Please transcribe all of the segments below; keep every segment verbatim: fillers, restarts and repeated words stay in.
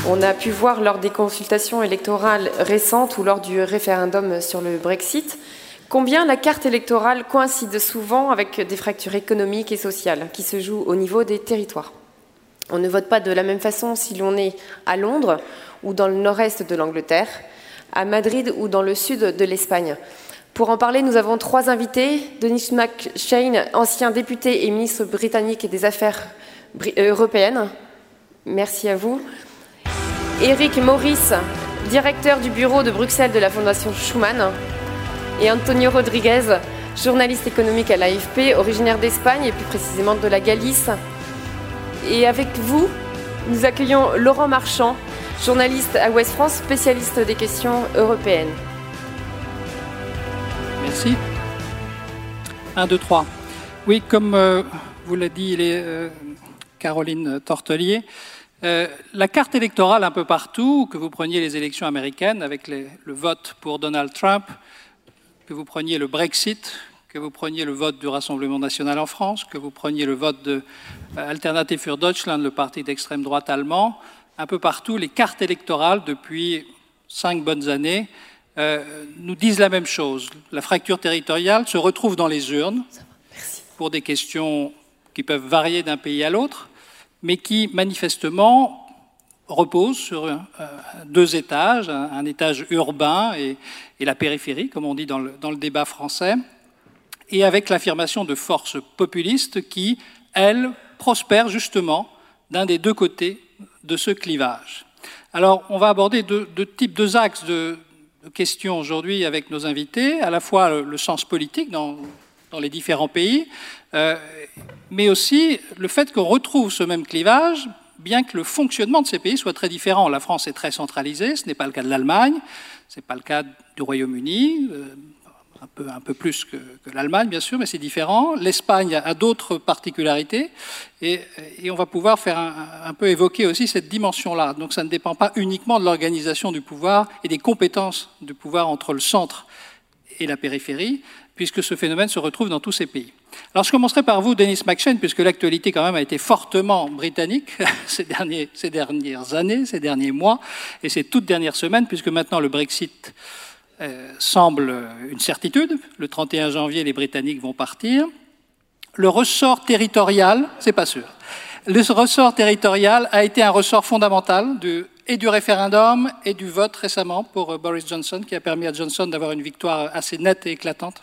On a pu voir lors des consultations électorales récentes ou lors du référendum sur le Brexit combien la carte électorale coïncide souvent avec des fractures économiques et sociales qui se jouent au niveau des territoires. On ne vote pas de la même façon si l'on est à Londres ou dans le nord-est de l'Angleterre, à Madrid ou dans le sud de l'Espagne. Pour en parler, nous avons trois invités. Denis McShane, ancien député et ministre britannique des Affaires européennes. Merci à vous. Eric Maurice, directeur du bureau de Bruxelles de la Fondation Schuman. Et Antonio Rodriguez, journaliste économique à l'A F P, originaire d'Espagne et plus précisément de la Galice. Et avec vous, nous accueillons Laurent Marchand, journaliste à Ouest France, spécialiste des questions européennes. Merci. Un, deux, trois. Oui, comme euh, vous l'a dit les, euh, Caroline Tortelier, euh, la carte électorale un peu partout, que vous preniez les élections américaines avec les, le vote pour Donald Trump, que vous preniez le Brexit, que vous preniez le vote du Rassemblement national en France, que vous preniez le vote de Alternative für Deutschland, le parti d'extrême droite allemand, un peu partout, les cartes électorales, depuis cinq bonnes années, euh, nous disent la même chose. La fracture territoriale se retrouve dans les urnes pour des questions qui peuvent varier d'un pays à l'autre, mais qui, manifestement, reposent sur euh, deux étages, un, un étage urbain et, et la périphérie, comme on dit dans le, dans le débat français, et avec l'affirmation de forces populistes qui, elles, prospèrent justement d'un des deux côtés de ce clivage. Alors, on va aborder deux, deux types, deux axes de, de questions aujourd'hui avec nos invités, à la fois le, le sens politique dans, dans les différents pays, euh, mais aussi le fait qu'on retrouve ce même clivage, bien que le fonctionnement de ces pays soit très différent. La France est très centralisée, ce n'est pas le cas de l'Allemagne, ce n'est pas le cas du Royaume-Uni, euh, Un peu, un peu plus que, que l'Allemagne, bien sûr, mais c'est différent. L'Espagne a d'autres particularités et, et on va pouvoir faire un, un peu évoquer aussi cette dimension-là. Donc ça ne dépend pas uniquement de l'organisation du pouvoir et des compétences du pouvoir entre le centre et la périphérie, puisque ce phénomène se retrouve dans tous ces pays. Alors je commencerai par vous, Denis McShane, puisque l'actualité quand même a été fortement britannique ces, derniers, ces dernières années, ces derniers mois et ces toutes dernières semaines, puisque maintenant le Brexit Euh, semble une certitude. Le trente et un janvier, les Britanniques vont partir. Le ressort territorial, c'est pas sûr. Le ressort territorial a été un ressort fondamental du, et du référendum et du vote récemment pour euh, Boris Johnson, qui a permis à Johnson d'avoir une victoire assez nette et éclatante.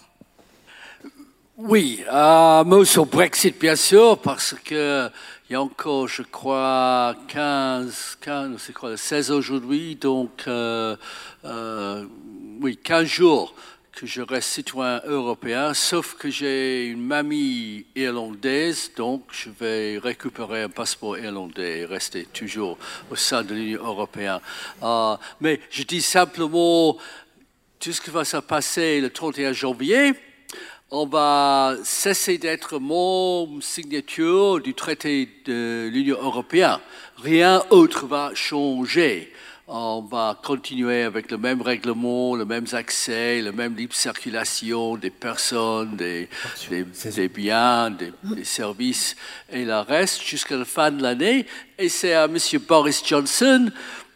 Oui, un mot sur Brexit, bien sûr, parce que il y a encore, je crois, quinze, quinze, c'est quoi, seize aujourd'hui, donc euh, euh, oui, quinze jours que je reste citoyen européen, sauf que j'ai une mamie irlandaise, donc je vais récupérer un passeport irlandais et rester toujours au sein de l'Union européenne. Euh, mais je dis simplement, tout ce qui va se passer le trente et un janvier, on va cesser d'être membre signature du traité de l'Union européenne. Rien autre va changer. On va continuer avec le même règlement, le même accès, la même libre circulation des personnes, des, des, des biens, des, des services et le reste jusqu'à la fin de l'année. Et c'est à M. Boris Johnson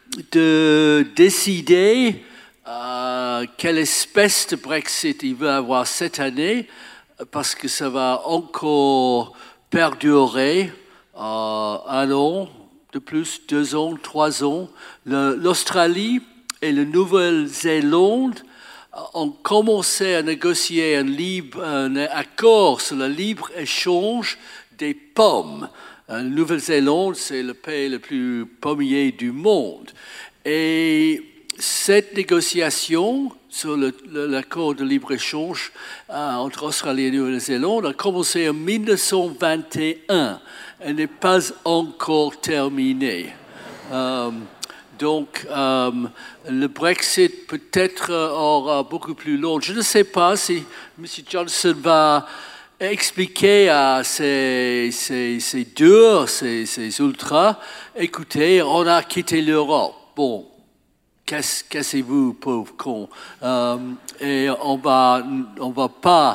de décider Euh, quelle espèce de Brexit il veut avoir cette année, parce que ça va encore perdurer euh, un an de plus, deux ans, trois ans. L'Australie et la Nouvelle-Zélande ont commencé à négocier un, libre, un accord sur le libre-échange des pommes. La Nouvelle-Zélande, c'est le pays le plus pommier du monde. Et cette négociation sur l'accord de libre-échange euh, entre Australie et Nouvelle-Zélande a commencé en mille neuf cent vingt et un. Elle n'est pas encore terminée. Euh, donc, euh, le Brexit peut-être aura beaucoup plus long. Je ne sais pas si M. Johnson va expliquer à ces, ces, ces durs, ces, ces ultras, écoutez, on a quitté l'Europe. Bon. Cassez-vous, pauvre con. Euh, et on va, on va pas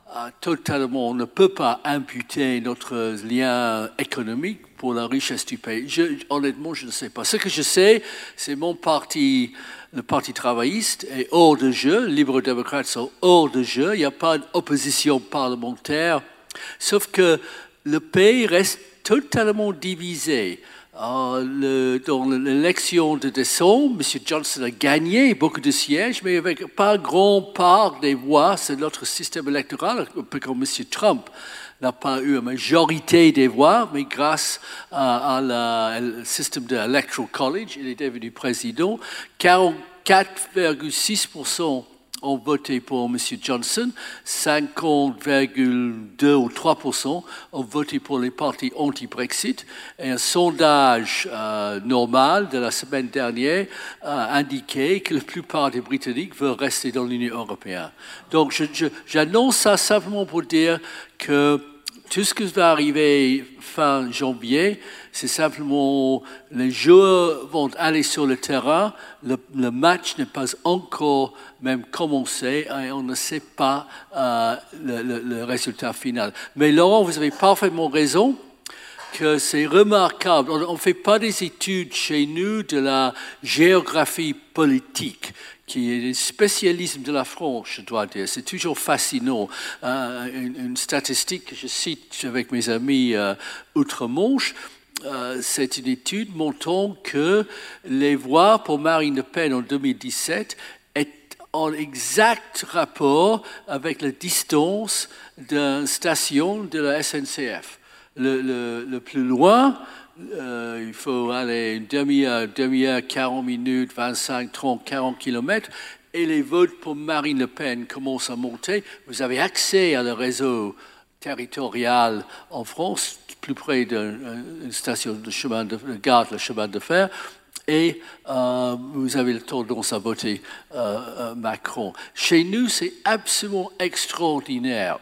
euh, totalement, on ne peut pas imputer notre lien économique pour la richesse du pays. Je, honnêtement, je ne sais pas. Ce que je sais, c'est mon parti, le Parti travailliste, est hors de jeu. Les libéraux démocrates sont hors de jeu. Il n'y a pas d'opposition parlementaire. Sauf que le pays reste totalement divisé. Euh, le, dans l'élection de décembre, M. Johnson a gagné beaucoup de sièges, mais avec pas grand part des voix. C'est notre système électoral, un peu comme M. Trump n'a pas eu une majorité des voix, mais grâce à, à la, au système de l'Electoral College, il est devenu président. quarante-quatre virgule six pour cent ont voté pour M. Johnson, cinquante virgule deux ou trois pour cent ont voté pour les partis anti-Brexit. Et un sondage euh, normal de la semaine dernière a indiqué que la plupart des Britanniques veulent rester dans l'Union européenne. Donc je, je, j'annonce ça simplement pour dire que tout ce qui va arriver fin janvier, c'est simplement les joueurs vont aller sur le terrain, le, le match n'est pas encore même commencé et on ne sait pas euh, le, le, le résultat final. Mais Laurent, vous avez parfaitement raison que c'est remarquable. On ne fait pas des études chez nous de la géographie politique, qui est le spécialisme de la France, je dois dire. C'est toujours fascinant. Euh, une, une statistique que je cite avec mes amis euh, outre-Manche, euh, c'est une étude montrant que les voix pour Marine Le Pen en deux mille dix-sept est en exact rapport avec la distance d'une station de la S N C F. Le, le, le plus loin, Euh, il faut aller une demi-heure, demi-heure, quarante minutes, vingt-cinq, trente, quarante kilomètres, et les votes pour Marine Le Pen commencent à monter. Vous avez accès à le réseau territorial en France, plus près d'une station de chemin de, de gare, le chemin de fer, et euh, vous avez le tendance à voter euh, euh, Macron. Chez nous, c'est absolument extraordinaire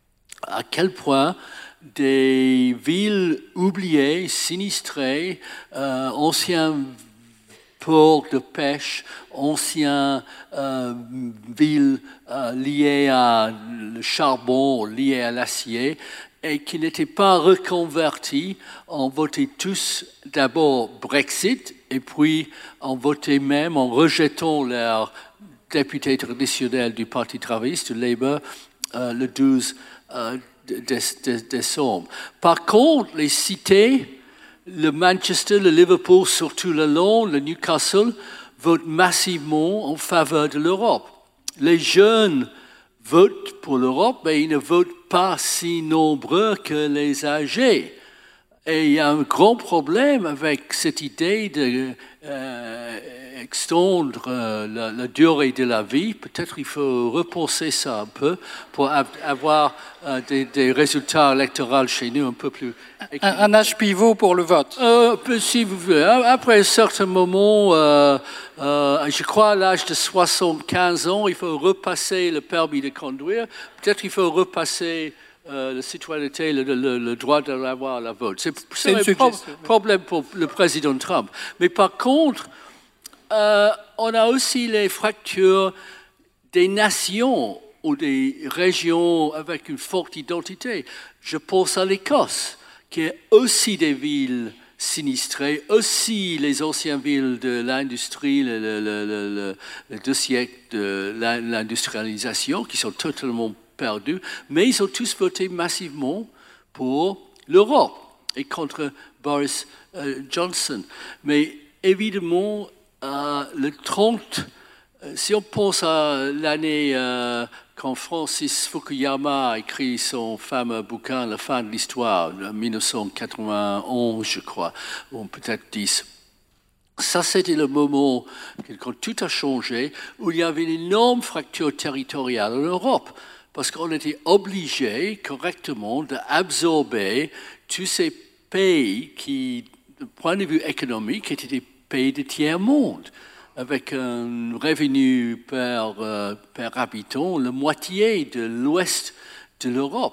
à quel point des villes oubliées, sinistrées, euh, anciens ports de pêche, anciennes euh, villes euh, liées à le charbon, liées à l'acier, et qui n'étaient pas reconvertis, ont voté tous d'abord Brexit, et puis ont voté même en rejetant leurs députés traditionnels du Parti travailliste, du Labour, euh, le douze euh, décembre. Par contre, les cités, le Manchester, le Liverpool, surtout le Londres, le Newcastle, votent massivement en faveur de l'Europe. Les jeunes votent pour l'Europe, mais ils ne votent pas si nombreux que les âgés. Et il y a un grand problème avec cette idée de euh, extendre euh, la, la durée de la vie. Peut-être il faut repenser ça un peu pour avoir euh, des, des résultats électoraux chez nous un peu plus... Un, un âge pivot pour le vote. Euh, si vous voulez. Après un certain moment, euh, euh, je crois à l'âge de soixante-quinze ans, il faut repasser le permis de conduire. Peut-être il faut repasser... Euh, la citoyenneté, le, le, le droit de l'avoir à la vote. C'est, c'est un pro- problème pour le président Trump. Mais par contre, euh, on a aussi les fractures des nations ou des régions avec une forte identité. Je pense à l'Écosse, qui est aussi des villes sinistrées, aussi les anciennes villes de l'industrie, le, le, le, le, le deux siècles de l'industrialisation, qui sont totalement perdus, mais ils ont tous voté massivement pour l'Europe et contre Boris euh, Johnson. Mais évidemment, euh, le trente, euh, si on pense à l'année euh, quand Francis Fukuyama a écrit son fameux bouquin « La fin de l'histoire », en dix-neuf cent quatre-vingt-onze, je crois, ou peut-être dix. Ça, c'était le moment quand tout a changé, où il y avait une énorme fracture territoriale en Europe. Parce qu'on était obligé correctement d'absorber tous ces pays qui, du point de vue économique, étaient des pays de tiers-monde, avec un revenu par, euh, par habitant la moitié de l'ouest de l'Europe.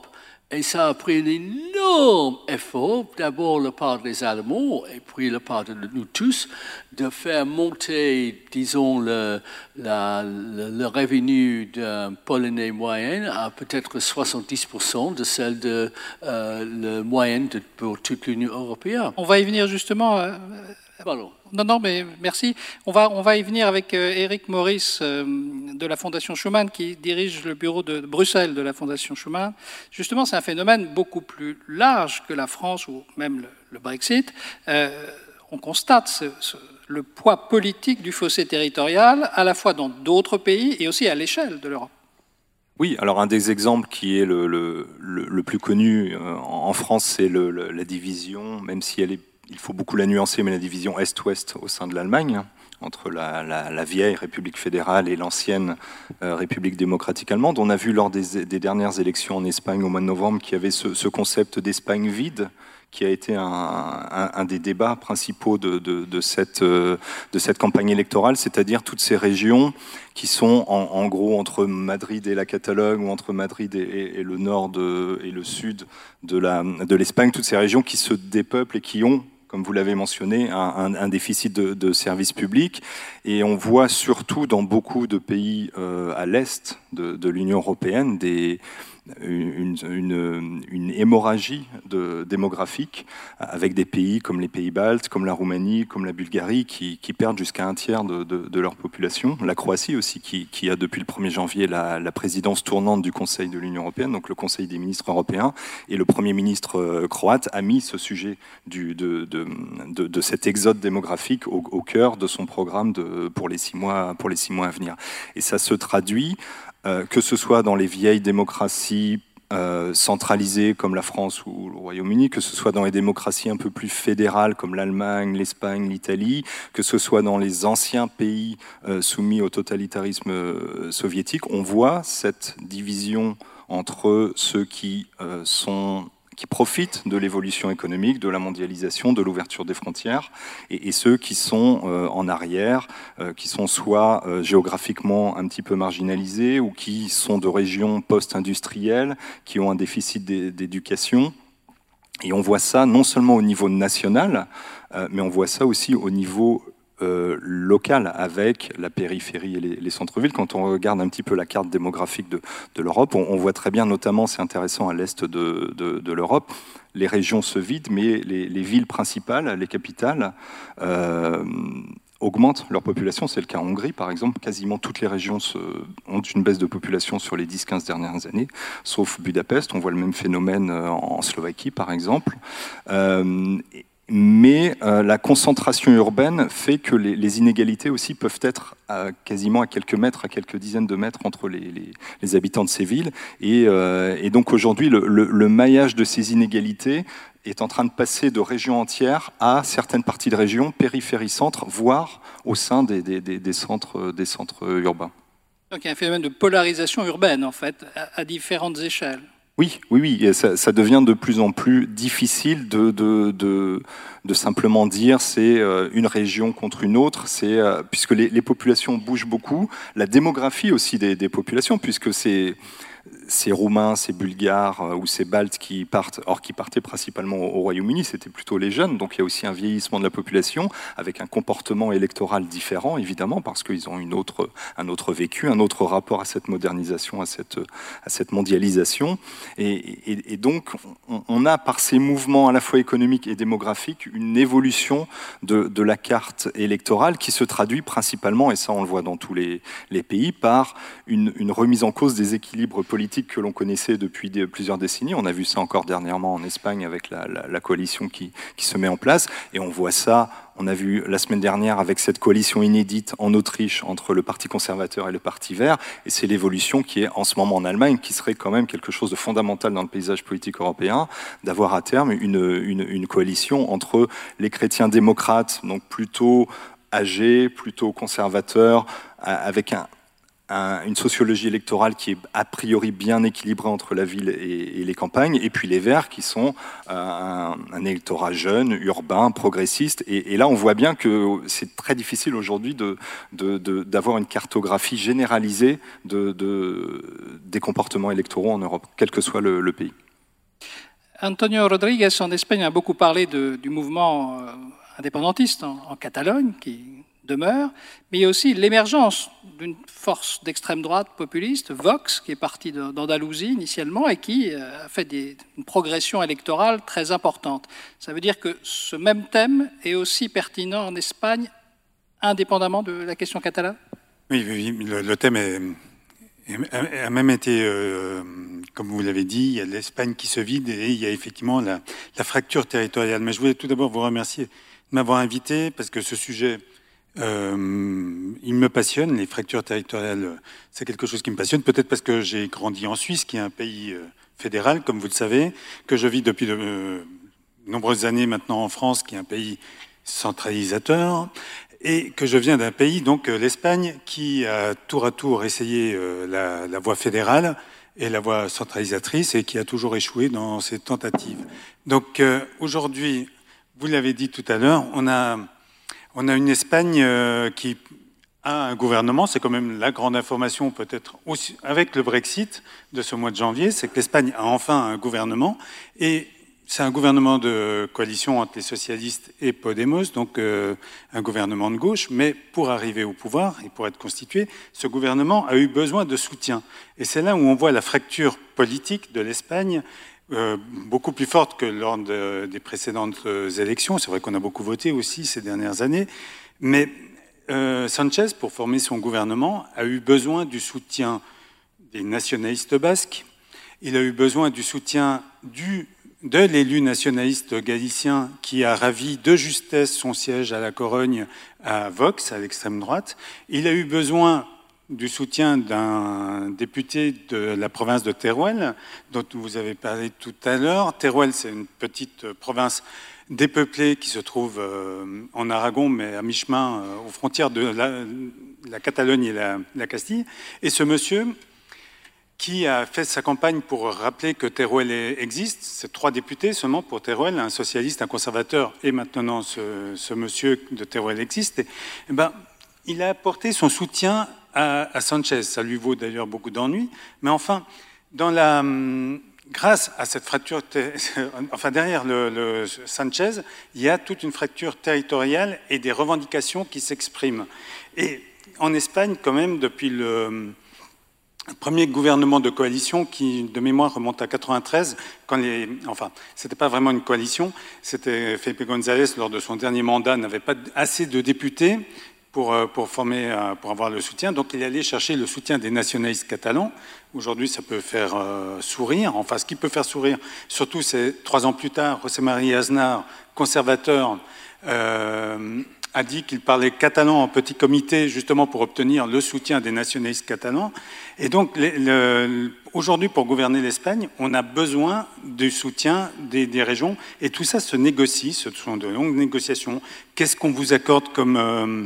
Et ça a pris un énorme effort, d'abord la part des Allemands et puis la part de nous tous, de faire monter, disons, le, la, le, le revenu d'un Polonais moyen à peut-être soixante-dix pour cent de celle de euh, la moyenne de, pour toute l'Union européenne. On va y venir justement. Euh, Pardon. Non, non, mais merci. On va, on va y venir avec euh, Éric Maurice euh, de la Fondation Schuman, qui dirige le bureau de, de Bruxelles de la Fondation Schuman. Justement, c'est un phénomène beaucoup plus large que la France ou même le, le Brexit. Euh, on constate ce, ce, le poids politique du fossé territorial, à la fois dans d'autres pays et aussi à l'échelle de l'Europe. Oui, alors un des exemples qui est le, le, le, le plus connu euh, en France, c'est le, le, la division, même si elle est il faut beaucoup la nuancer, mais la division Est-Ouest au sein de l'Allemagne, entre la, la, la vieille République fédérale et l'ancienne euh, République démocratique allemande. On a vu lors des, des dernières élections en Espagne au mois de novembre qu'il y avait ce, ce concept d'Espagne vide, qui a été un, un, un des débats principaux de, de, de, cette, de cette campagne électorale, c'est-à-dire toutes ces régions qui sont en, en gros entre Madrid et la Catalogne, ou entre Madrid et, et, et le nord de, et le sud de, la, de l'Espagne, toutes ces régions qui se dépeuplent et qui ont, comme vous l'avez mentionné, un, un, un déficit de, de services publics. Et on voit surtout dans beaucoup de pays euh, à l'est de, de l'Union européenne des, une, une, une hémorragie de, démographique, avec des pays comme les pays baltes, comme la Roumanie, comme la Bulgarie, qui, qui perdent jusqu'à un tiers de, de, de leur population. La Croatie aussi, qui, qui a depuis le premier janvier la, la présidence tournante du Conseil de l'Union européenne, donc le Conseil des ministres européens, et le Premier ministre croate a mis ce sujet du, de, de, de, de cet exode démographique au, au cœur de son programme de, pour, les six mois, pour les six mois à venir. Et ça se traduit, euh, que ce soit dans les vieilles démocraties Euh, centralisées comme la France ou le Royaume-Uni, que ce soit dans les démocraties un peu plus fédérales comme l'Allemagne, l'Espagne, l'Italie, que ce soit dans les anciens pays euh, soumis au totalitarisme euh, soviétique, on voit cette division entre ceux qui euh, sont qui profitent de l'évolution économique, de la mondialisation, de l'ouverture des frontières, et, et ceux qui sont euh, en arrière, euh, qui sont soit euh, géographiquement un petit peu marginalisés, ou qui sont de régions post-industrielles, qui ont un déficit d'éducation. Et on voit ça non seulement au niveau national, euh, mais on voit ça aussi au niveau Euh, local, avec la périphérie et les, les centres-villes. Quand on regarde un petit peu la carte démographique de, de l'Europe, on, on voit très bien, notamment, c'est intéressant, à l'est de, de, de l'Europe, les régions se vident, mais les, les villes principales, les capitales, euh, augmentent leur population. C'est le cas en Hongrie, par exemple. Quasiment toutes les régions se, ont une baisse de population sur les dix à quinze dernières années, sauf Budapest. On voit le même phénomène en Slovaquie, par exemple. Euh, Mais euh, la concentration urbaine fait que les, les inégalités aussi peuvent être à, quasiment à quelques mètres, à quelques dizaines de mètres entre les, les, les habitants de ces villes. Et, euh, et donc aujourd'hui, le, le, le maillage de ces inégalités est en train de passer de régions entières à certaines parties de régions, périphérie-centre, voire au sein des, des, des, des, centres, des centres urbains. Donc il y a un phénomène de polarisation urbaine, en fait, à, à différentes échelles. Oui, oui, oui, et ça, ça devient de plus en plus difficile de, de, de, de simplement dire c'est une région contre une autre, c'est, puisque les, les populations bougent beaucoup, la démographie aussi des, des populations, puisque c'est ces Roumains, ces Bulgares euh, ou ces Baltes qui partent, or qui partaient principalement au, au Royaume-Uni, c'était plutôt les jeunes, donc il y a aussi un vieillissement de la population avec un comportement électoral différent, évidemment, parce qu'ils ont une autre, un autre vécu, un autre rapport à cette modernisation, à cette, à cette mondialisation. Et, et, et donc, on, on a par ces mouvements à la fois économiques et démographiques une évolution de, de la carte électorale qui se traduit principalement, et ça on le voit dans tous les, les pays, par une, une remise en cause des équilibres politiques que l'on connaissait depuis des, plusieurs décennies. On a vu ça encore dernièrement en Espagne avec la, la, la coalition qui, qui se met en place. Et on voit ça, on a vu la semaine dernière avec cette coalition inédite en Autriche entre le Parti conservateur et le Parti vert. Et c'est l'évolution qui est en ce moment en Allemagne, qui serait quand même quelque chose de fondamental dans le paysage politique européen, d'avoir à terme une, une, une coalition entre les chrétiens démocrates, donc plutôt âgés, plutôt conservateurs, avec un Un, une sociologie électorale qui est a priori bien équilibrée entre la ville et, et les campagnes, et puis les Verts qui sont euh, un, un électorat jeune, urbain, progressiste. Et, et là, on voit bien que c'est très difficile aujourd'hui de, de, de, d'avoir une cartographie généralisée de, de, des comportements électoraux en Europe, quel que soit le, le pays. Antonio Rodriguez en Espagne a beaucoup parlé de, du mouvement euh, indépendantiste en, en Catalogne, qui demeure, mais il y a aussi l'émergence d'une force d'extrême droite populiste, Vox, qui est partie d'Andalousie initialement et qui a fait des, une progression électorale très importante. Ça veut dire que ce même thème est aussi pertinent en Espagne, indépendamment de la question catalane? Oui, oui, le, le thème est, est, a même été, euh, comme vous l'avez dit, il y a l'Espagne qui se vide et il y a effectivement la, la fracture territoriale. Mais je voulais tout d'abord vous remercier de m'avoir invité parce que ce sujet... Euh, il me passionne, les fractures territoriales, c'est quelque chose qui me passionne, peut-être parce que j'ai grandi en Suisse, qui est un pays euh, fédéral, comme vous le savez, que je vis depuis de euh, nombreuses années maintenant en France, qui est un pays centralisateur, et que je viens d'un pays, donc l'Espagne, qui a tour à tour essayé euh, la, la voie fédérale et la voie centralisatrice, et qui a toujours échoué dans ses tentatives. Donc euh, aujourd'hui, vous l'avez dit tout à l'heure, on a... On a une Espagne euh, qui a un gouvernement, c'est quand même la grande information peut-être aussi avec le Brexit de ce mois de janvier, c'est que l'Espagne a enfin un gouvernement et c'est un gouvernement de coalition entre les socialistes et Podemos, donc euh, un gouvernement de gauche, mais pour arriver au pouvoir et pour être constitué, ce gouvernement a eu besoin de soutien. Et c'est là où on voit la fracture politique de l'Espagne Euh, beaucoup plus forte que lors de, des précédentes euh, élections. C'est vrai qu'on a beaucoup voté aussi ces dernières années. Mais euh, Sanchez, pour former son gouvernement, a eu besoin du soutien des nationalistes basques. Il a eu besoin du soutien du, de l'élu nationaliste galicien qui a ravi de justesse son siège à la Corogne à Vox, à l'extrême droite. Il a eu besoin du soutien d'un député de la province de Teruel, dont vous avez parlé tout à l'heure. Teruel, c'est une petite province dépeuplée qui se trouve en Aragon, mais à mi-chemin, aux frontières de la, la Catalogne et la, la Castille. Et ce monsieur, qui a fait sa campagne pour rappeler que Teruel existe, c'est trois députés seulement pour Teruel, un socialiste, un conservateur, et maintenant ce, ce monsieur de Teruel existe, et, et ben, il a apporté son soutien à, à Sanchez. Ça lui vaut d'ailleurs beaucoup d'ennuis. Mais enfin, dans la, grâce à cette fracture, enfin derrière le, le Sanchez, il y a toute une fracture territoriale et des revendications qui s'expriment. Et en Espagne, quand même, depuis le premier gouvernement de coalition qui, de mémoire, remonte à quatre-vingt-treize, quand les, enfin, c'était pas vraiment une coalition, c'était Felipe González, lors de son dernier mandat, n'avait pas assez de députés Pour, pour, former, pour avoir le soutien. Donc il est allé chercher le soutien des nationalistes catalans. Aujourd'hui, ça peut faire euh, sourire. Enfin, ce qui peut faire sourire, surtout, c'est trois ans plus tard, José María Aznar, conservateur, euh, a dit qu'il parlait catalan en petit comité, justement pour obtenir le soutien des nationalistes catalans. Et donc, aujourd'hui, pour gouverner l'Espagne, on a besoin du soutien des, des régions. Et tout ça se négocie. Ce sont de longues négociations. Qu'est-ce qu'on vous accorde comme... Euh,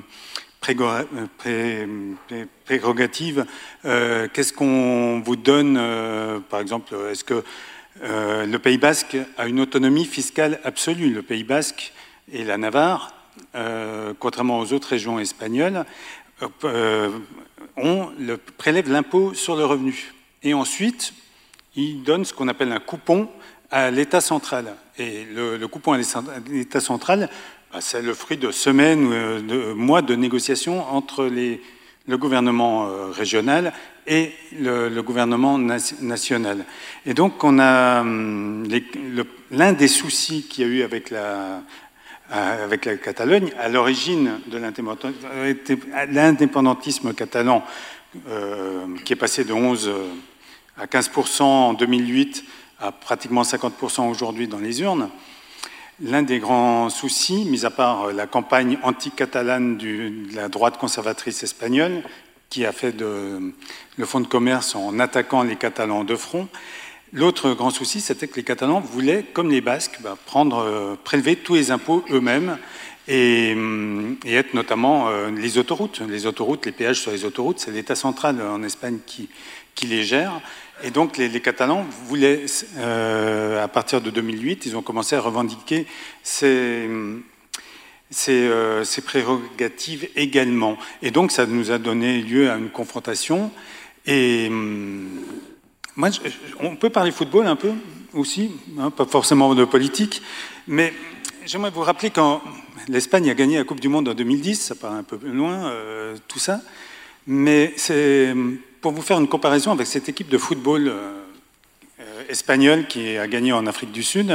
prérogatives, euh, qu'est-ce qu'on vous donne, euh, par exemple, est-ce que euh, le Pays Basque a une autonomie fiscale absolue? Le Pays Basque et la Navarre, euh, contrairement aux autres régions espagnoles, euh, on le, prélève l'impôt sur le revenu. Et ensuite, ils donnent ce qu'on appelle un coupon à l'État central. Et le, le coupon à l'État central, c'est le fruit de semaines, de mois de négociations entre les, le gouvernement régional et le, le gouvernement national. Et donc, on a l'un des soucis qu'il y a eu avec la, avec la Catalogne, à l'origine de l'indépendantisme catalan, euh, qui est passé de onze à quinze pour cent en deux mille huit à pratiquement cinquante pour cent aujourd'hui dans les urnes. L'un des grands soucis, mis à part la campagne anti-catalane de la droite conservatrice espagnole, qui a fait de, le fonds de commerce en attaquant les Catalans de front, l'autre grand souci, c'était que les Catalans voulaient, comme les Basques, bah, prendre, prélever tous les impôts eux-mêmes et, et être notamment euh, les autoroutes. Les autoroutes, les péages sur les autoroutes, c'est l'État central en Espagne qui, qui les gère. Et donc les, les Catalans voulaient, euh, à partir de deux mille huit, ils ont commencé à revendiquer ces, ces, euh, ces prérogatives également. Et donc ça nous a donné lieu à une confrontation. Et hum, moi, je, on peut parler football un peu? aussi, hein, pas forcément de politique, mais j'aimerais vous rappeler quand l'Espagne a gagné la Coupe du Monde en deux mille dix, ça paraît un peu loin, euh, tout ça, mais c'est pour vous faire une comparaison avec cette équipe de football euh, euh, espagnole qui a gagné en Afrique du Sud.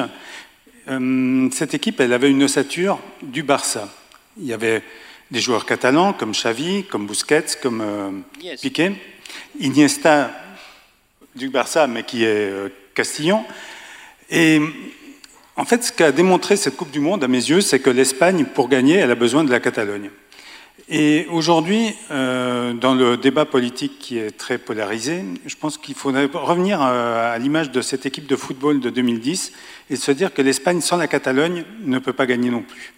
Euh, cette équipe, elle avait une ossature du Barça. Il y avait des joueurs catalans comme Xavi, comme Busquets, comme euh, yes. Piqué, Iniesta du Barça, mais qui est euh, Castillon. Et en fait, ce qu'a démontré cette Coupe du Monde, à mes yeux, c'est que l'Espagne, pour gagner, elle a besoin de la Catalogne. Et aujourd'hui, euh, dans le débat politique qui est très polarisé, je pense qu'il faudrait revenir à, à l'image de cette équipe de football de deux mille dix et se dire que l'Espagne, sans la Catalogne, ne peut pas gagner non plus.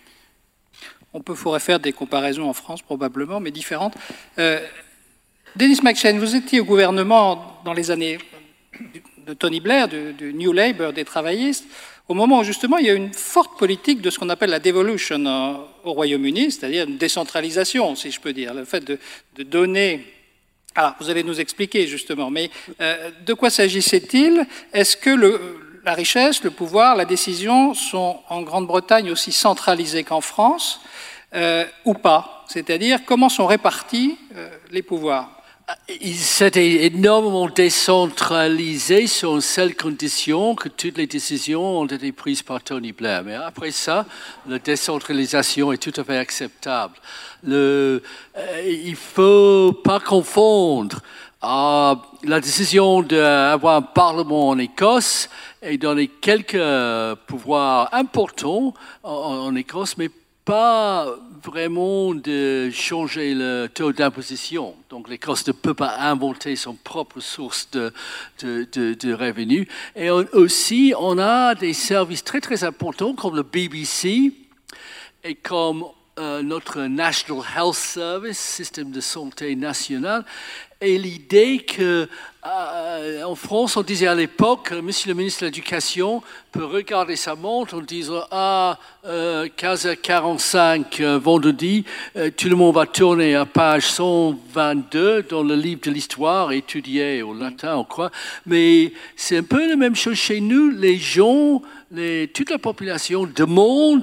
On peut, faudrait faire des comparaisons en France, probablement, mais différentes. Euh, Denis McShane, vous étiez au gouvernement dans les années de Tony Blair, du, du New Labour, des travaillistes, au moment où justement il y a une forte politique de ce qu'on appelle la devolution au Royaume-Uni, c'est-à-dire une décentralisation, si je peux dire, le fait de, de donner... Alors, vous allez nous expliquer justement, mais euh, de quoi s'agissait-il? Est-ce que le, la richesse, le pouvoir, la décision sont en Grande-Bretagne aussi centralisés qu'en France, euh, ou pas? C'est-à-dire, comment sont répartis euh, les pouvoirs? C'était énormément décentralisé sur une seule condition, que toutes les décisions ont été prises par Tony Blair. Mais après ça, la décentralisation est tout à fait acceptable. Le, euh, il ne faut pas confondre euh, la décision d'avoir un parlement en Écosse et donner quelques pouvoirs importants en, en Écosse, mais pas vraiment de changer le taux d'imposition. Donc l'Écosse ne peut pas inventer son propre source de, de, de, de revenus. Et on, aussi, on a des services très très importants comme le B B C et comme euh, notre National Health Service, système de santé national. Et l'idée que euh, en France, on disait à l'époque, Monsieur le ministre de l'Éducation peut regarder sa montre en disant ah euh, quinze heures quarante-cinq euh, vendredi, euh, tout le monde va tourner à page cent vingt-deux dans le livre de l'histoire étudié au latin, on croit. Mais c'est un peu la même chose chez nous. Les gens, les, toute la population demande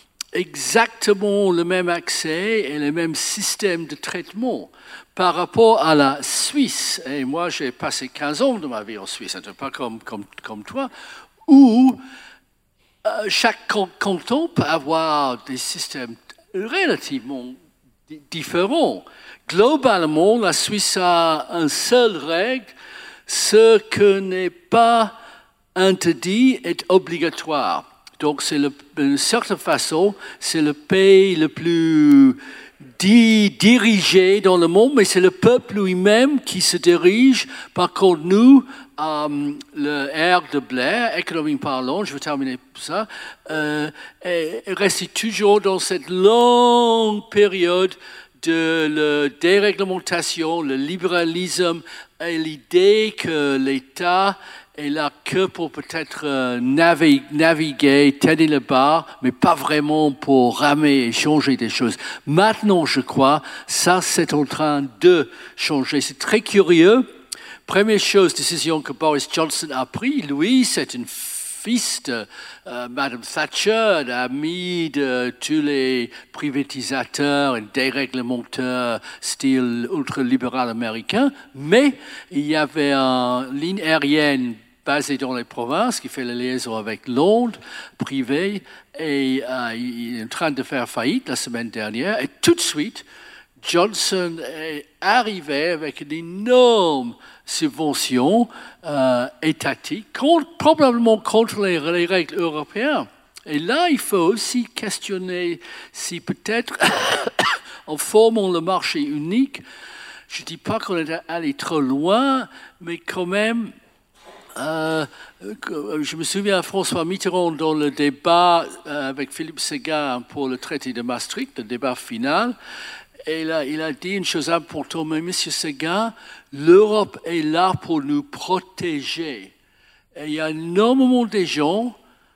exactement le même accès et le même système de traitement. Par rapport à la Suisse, et moi j'ai passé quinze ans de ma vie en Suisse, un peu pas comme, comme, comme toi, où euh, chaque canton peut avoir des systèmes relativement différents. Globalement, la Suisse a une seule règle, ce que n'est pas interdit est obligatoire. Donc c'est d'une certaine façon, c'est le pays le plus dirigé dans le monde, mais c'est le peuple lui-même qui se dirige. Par contre, nous, euh, l'ère de Blair, économiquement parlant, je vais terminer pour ça, euh, reste toujours dans cette longue période de la déréglementation, le libéralisme et l'idée que l'État est là que pour peut-être euh, naviguer, naviguer, tenir le bar, mais pas vraiment pour ramer et changer des choses. Maintenant, je crois, ça, c'est en train de changer. C'est très curieux. Première chose, décision que Boris Johnson a prise, lui, c'est une fils de euh, Madame Thatcher, ami de tous les privatisateurs et déréglementeurs style ultra-libéral américain, mais il y avait une ligne aérienne basée dans les provinces qui fait la liaison avec Londres, privée, et euh, il est en train de faire faillite la semaine dernière, et tout de suite, Johnson est arrivé avec une énorme subvention euh, étatique, contre, probablement contre les, les règles européennes. Et là, il faut aussi questionner si peut-être, en formant le marché unique, je ne dis pas qu'on est allé trop loin, mais quand même, euh, je me souviens à François Mitterrand dans le débat avec Philippe Séguin pour le traité de Maastricht, le débat final. Et là, il a dit une chose importante, mais Monsieur Séguin, l'Europe est là pour nous protéger. Et il y a énormément de gens,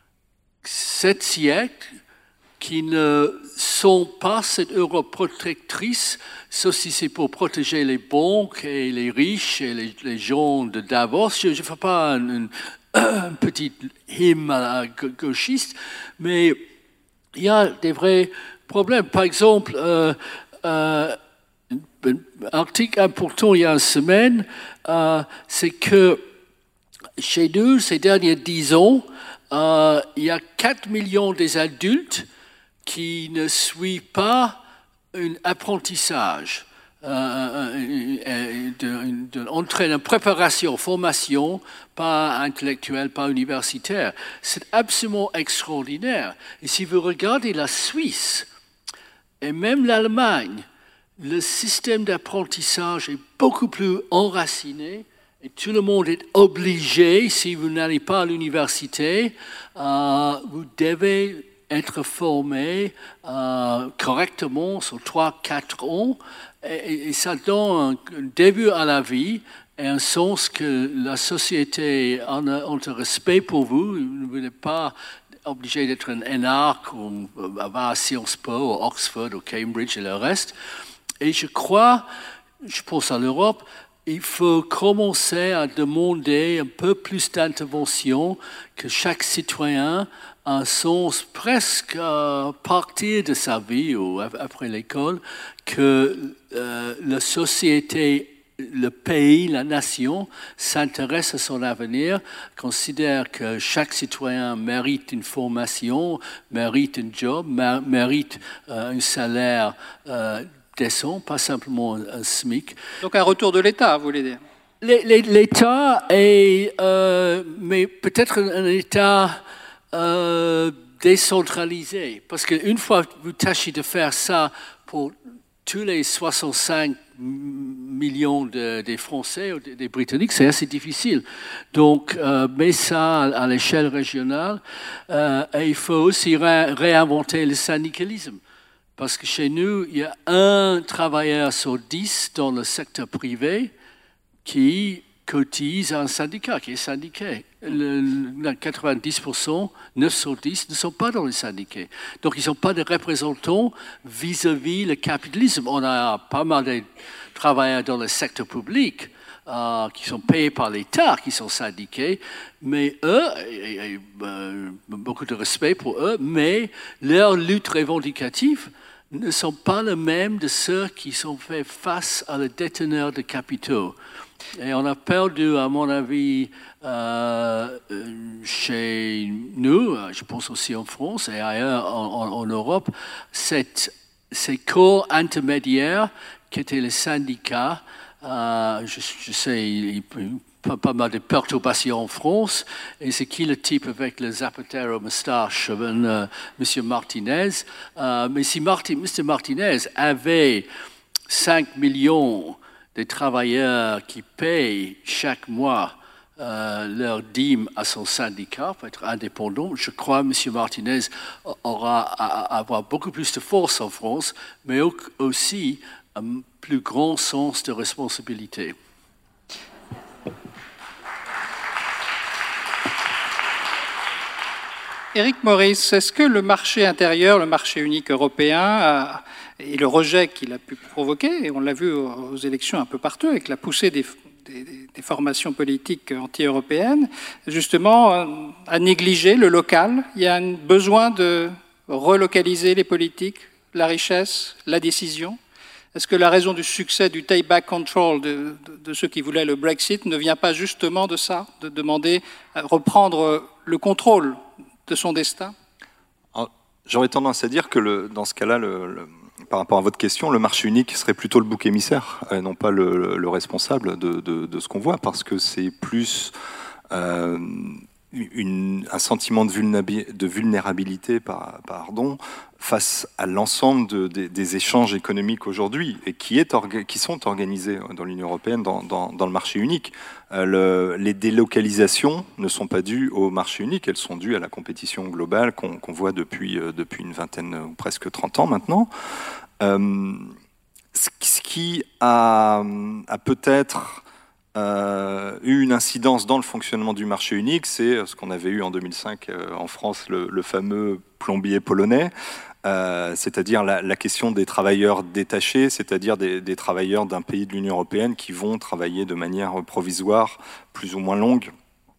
sept siècles, qui ne sont pas cette Europe protectrice, sauf si c'est pour protéger les banques et les riches et les, les gens de Davos. Je ne fais pas un, un petit hymne à la gauchiste, mais il y a des vrais problèmes. Par exemple, euh, euh, un article important il y a une semaine, euh, c'est que chez nous, ces derniers dix ans, euh, il y a quatre millions des adultes qui ne suivent pas un apprentissage, euh, d'entraîne, une préparation, formation, pas intellectuelle, pas universitaire. C'est absolument extraordinaire. Et si vous regardez la Suisse, et même l'Allemagne, le système d'apprentissage est beaucoup plus enraciné et tout le monde est obligé, si vous n'allez pas à l'université, euh, vous devez être formé euh, correctement sur trois quatre ans et, et ça donne un début à la vie et un sens que la société a un respect pour vous. Vous n'êtes pas obligé d'être un énarque ou avoir à Sciences Po, ou Oxford, ou Cambridge et le reste. Et je crois, je pense à l'Europe, il faut commencer à demander un peu plus d'intervention, que chaque citoyen a un sens presque à partir de sa vie ou après l'école, que euh, la société, le pays, la nation s'intéresse à son avenir, considère que chaque citoyen mérite une formation, mérite un job, mérite euh, un salaire euh, décent, pas simplement un SMIC. Donc un retour de l'État, vous voulez dire? L'État est, euh, mais peut-être un État euh, décentralisé, parce qu'une fois que vous tâchez de faire ça pour tous les soixante-cinq millions de, des Français ou des Britanniques, c'est assez difficile. Donc, euh, mais ça à, à l'échelle régionale, euh, et il faut aussi ré réinventer le syndicalisme. Parce que chez nous, il y a un travailleur sur dix dans le secteur privé qui cotise à un syndicat, qui est syndiqué. Le, quatre-vingt-dix pour cent, neuf sur dix, ne sont pas dans les syndicats. Donc, ils n'ont pas de représentants vis-à-vis le capitalisme. On a pas mal de travailleurs dans le secteur public euh, qui sont payés par l'État, qui sont syndiqués, mais eux, et, et, euh, beaucoup de respect pour eux, mais leur lutte revendicative ne sont pas les mêmes de ceux qui sont faits face à le déteneur de capitaux. Et on a perdu, à mon avis, euh, chez nous, je pense aussi en France et ailleurs en, en, en Europe, cette, ces corps intermédiaires qui étaient les syndicats. Euh, je, je sais, il, il, pas, pas mal de perturbations en France. Et c'est qui le type avec le Zapatero moustache, euh, M. Martinez. Euh, mais si Marti, M. Martinez avait cinq millions de travailleurs qui payent chaque mois euh, leur dîme à son syndicat pour être indépendant, je crois que M. Martinez aura à, à avoir beaucoup plus de force en France, mais aussi un plus grand sens de responsabilité. Éric Maurice, est-ce que le marché intérieur, le marché unique européen, a, et le rejet qu'il a pu provoquer, et on l'a vu aux élections un peu partout, avec la poussée des, des, des formations politiques anti-européennes, justement, a négligé le local? Il y a un besoin de relocaliser les politiques, la richesse, la décision? Est-ce que la raison du succès du take-back control de, de, de ceux qui voulaient le Brexit ne vient pas justement de ça, de demander à reprendre le contrôle de son destin? J'aurais tendance à dire que le, dans ce cas-là, le, le, par rapport à votre question, le marché unique serait plutôt le bouc émissaire, et non pas le, le responsable de, de, de ce qu'on voit, parce que c'est plus euh, une, un sentiment de vulnérabilité par, pardon, face à l'ensemble de, de, des échanges économiques aujourd'hui, et qui, est orga, qui sont organisés dans l'Union européenne, dans, dans, dans le marché unique. Euh, le, les délocalisations ne sont pas dues au marché unique, elles sont dues à la compétition globale qu'on qu'on voit depuis, euh, depuis une vingtaine ou presque trente ans maintenant. Euh, ce qui a, a peut-être euh, eu une incidence dans le fonctionnement du marché unique, c'est ce qu'on avait eu en deux mille cinq euh, en France, le, le fameux plombier polonais, euh, c'est-à-dire la, la question des travailleurs détachés, c'est-à-dire des, des travailleurs d'un pays de l'Union européenne qui vont travailler de manière provisoire, plus ou moins longue,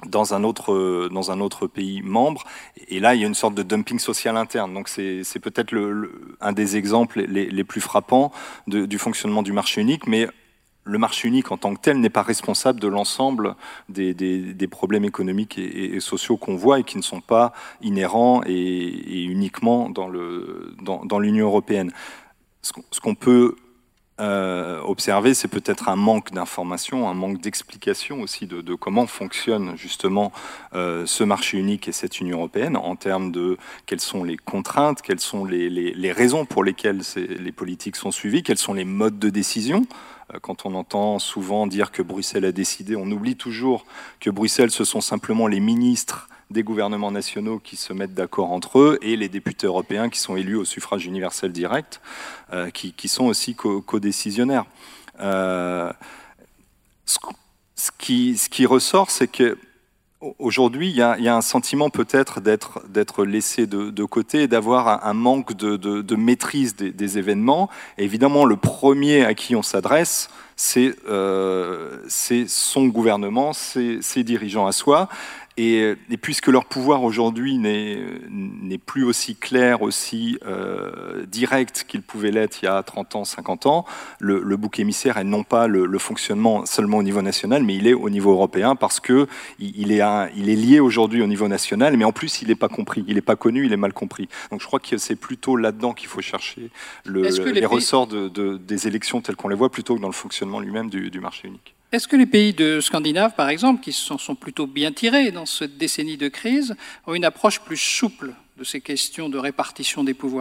dans un autre, dans un autre pays membre. Et là, il y a une sorte de dumping social interne. Donc c'est peut-être le, le, un des exemples les, les plus frappants de, du fonctionnement du marché unique. Mais le marché unique en tant que tel n'est pas responsable de l'ensemble des, des, des problèmes économiques et, et sociaux qu'on voit et qui ne sont pas inhérents et, et uniquement dans le, dans, dans l'Union européenne. Ce qu'on, ce qu'on peut Euh, observer, c'est peut-être un manque d'information, un manque d'explication aussi de, de comment fonctionne justement euh, ce marché unique et cette Union européenne en termes de quelles sont les contraintes, quelles sont les, les, les raisons pour lesquelles les politiques sont suivies, quels sont les modes de décision. Euh, quand on entend souvent dire que Bruxelles a décidé, on oublie toujours que Bruxelles, ce sont simplement les ministres des gouvernements nationaux qui se mettent d'accord entre eux et les députés européens qui sont élus au suffrage universel direct, euh, qui, qui sont aussi co-décisionnaires. Euh, ce, ce, qui, ce qui ressort, c'est que aujourd'hui, il y, y a un sentiment peut-être d'être d'être laissé de, de côté et d'avoir un, un manque de, de, de maîtrise des, des événements. Et évidemment, le premier à qui on s'adresse, c'est euh, son gouvernement, ses dirigeants à soi. Et, et puisque leur pouvoir aujourd'hui n'est plus aussi clair, aussi euh, direct qu'il pouvait l'être il y a trente ans, cinquante ans, le, le bouc émissaire est non pas le, le fonctionnement seulement au niveau national, mais il est au niveau européen parce que il est, un, il est lié aujourd'hui au niveau national, mais en plus il n'est pas compris, il n'est pas connu, il est mal compris. Donc je crois que c'est plutôt là-dedans qu'il faut chercher le, les, les pays... ressorts de, de, des élections telles qu'on les voit, plutôt que dans le fonctionnement lui-même du, du marché unique. Est-ce que les pays de Scandinave, par exemple, qui s'en sont plutôt bien tirés dans cette décennie de crise, ont une approche plus souple de ces questions de répartition des pouvoirs ?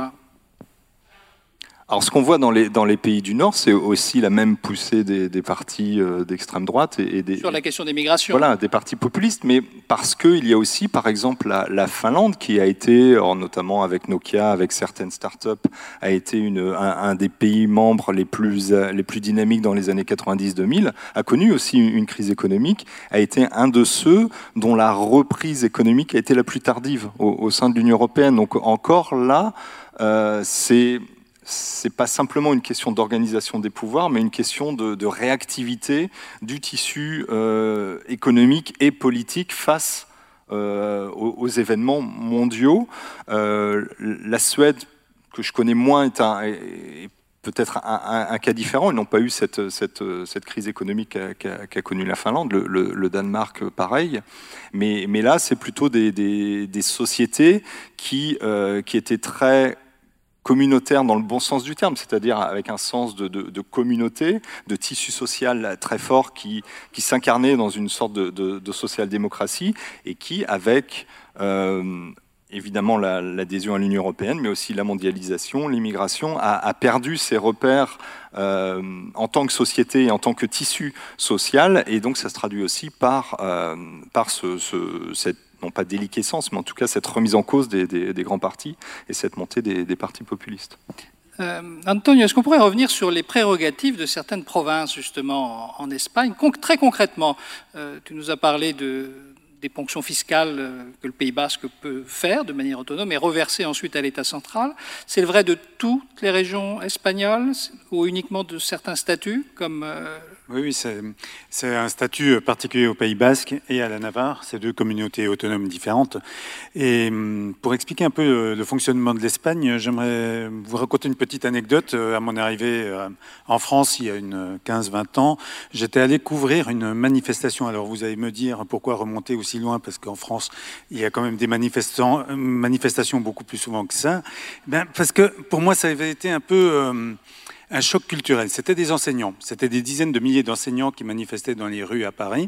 Alors, ce qu'on voit dans les, dans les pays du Nord, c'est aussi la même poussée des, des partis euh, d'extrême droite. Et, et des, Sur la question des migrations. Voilà, des partis populistes, mais parce qu'il y a aussi, par exemple, la, la Finlande, qui a été, alors notamment avec Nokia, avec certaines startups, a été une, un, un des pays membres les plus, les plus dynamiques dans les années quatre-vingt-dix deux mille, a connu aussi une, une crise économique, a été un de ceux dont la reprise économique a été la plus tardive au, au sein de l'Union européenne. Donc encore là, euh, c'est... c'est pas simplement une question d'organisation des pouvoirs, mais une question de, de réactivité du tissu euh, économique et politique face euh, aux, aux événements mondiaux. Euh, la Suède, que je connais moins, est, un, est peut-être un, un, un cas différent. Ils n'ont pas eu cette, cette, cette crise économique qu'a qu'a, qu'a connue la Finlande, le, le, le Danemark pareil. Mais, mais là, c'est plutôt des, des, des sociétés qui, euh, qui étaient très communautaire dans le bon sens du terme, c'est-à-dire avec un sens de, de, de communauté, de tissu social très fort qui, qui s'incarnait dans une sorte de, de, de social-démocratie et qui, avec euh, évidemment l'adhésion à l'Union européenne, mais aussi la mondialisation, l'immigration, a, a perdu ses repères euh, en tant que société et en tant que tissu social, et donc ça se traduit aussi par, euh, par ce, ce, cette non pas déliquescence, mais en tout cas cette remise en cause des, des, des grands partis et cette montée des, des partis populistes. Euh, Antonio, est-ce qu'on pourrait revenir sur les prérogatives de certaines provinces, justement, en, en Espagne ? Con Très concrètement, euh, tu nous as parlé de, des ponctions fiscales que le Pays basque peut faire de manière autonome et reverser ensuite à l'État central. C'est vrai de toutes les régions espagnoles ou uniquement de certains statuts comme... Euh, Oui, oui, c'est un statut particulier au Pays basque et à la Navarre, ces deux communautés autonomes différentes. Et pour expliquer un peu le fonctionnement de l'Espagne, j'aimerais vous raconter une petite anecdote. À mon arrivée en France, il y a une quinze vingt ans, j'étais allé couvrir une manifestation. Alors vous allez me dire pourquoi remonter aussi loin, parce qu'en France, il y a quand même des manifestants, manifestations beaucoup plus souvent que ça. Ben, parce que pour moi, ça avait été un peu... Euh, un choc culturel. C'était des enseignants, c'était des dizaines de milliers d'enseignants qui manifestaient dans les rues à Paris.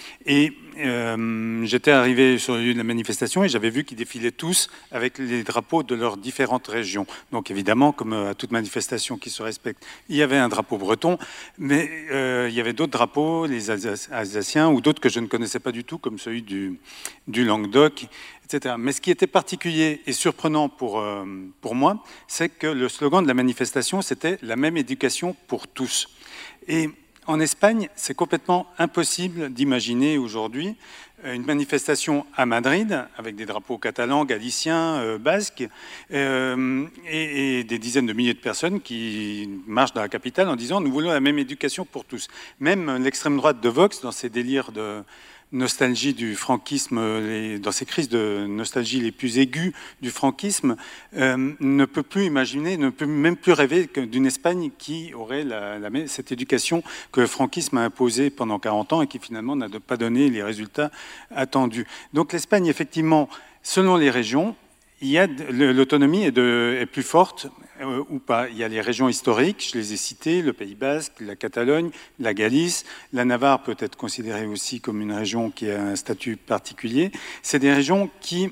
Et euh, j'étais arrivé sur le lieu de la manifestation et j'avais vu qu'ils défilaient tous avec les drapeaux de leurs différentes régions. Donc évidemment, comme à toute manifestation qui se respecte, il y avait un drapeau breton, mais euh, il y avait d'autres drapeaux, les Alsaciens ou d'autres que je ne connaissais pas du tout, comme celui du, du Languedoc, et cetera. Mais ce qui était particulier et surprenant pour, euh, pour moi, c'est que le slogan de la manifestation, c'était « La même éducation pour tous ». Et en Espagne, c'est complètement impossible d'imaginer aujourd'hui une manifestation à Madrid avec des drapeaux catalans, galiciens, euh, basques euh, et, et des dizaines de milliers de personnes qui marchent dans la capitale en disant « nous voulons la même éducation pour tous ». Même l'extrême droite de Vox, dans ses délires de, nostalgie du franquisme, les, dans ces crises de nostalgie les plus aiguës du franquisme, euh, ne peut plus imaginer, ne peut même plus rêver d'une Espagne qui aurait la, la, cette éducation que le franquisme a imposée pendant quarante ans et qui finalement n'a pas donné les résultats attendus. Donc l'Espagne, effectivement, selon les régions, il y a l'autonomie est, de, est plus forte euh, ou pas. Il y a les régions historiques, je les ai citées, le Pays Basque, la Catalogne, la Galice, la Navarre peut être considérée aussi comme une région qui a un statut particulier. C'est des régions qui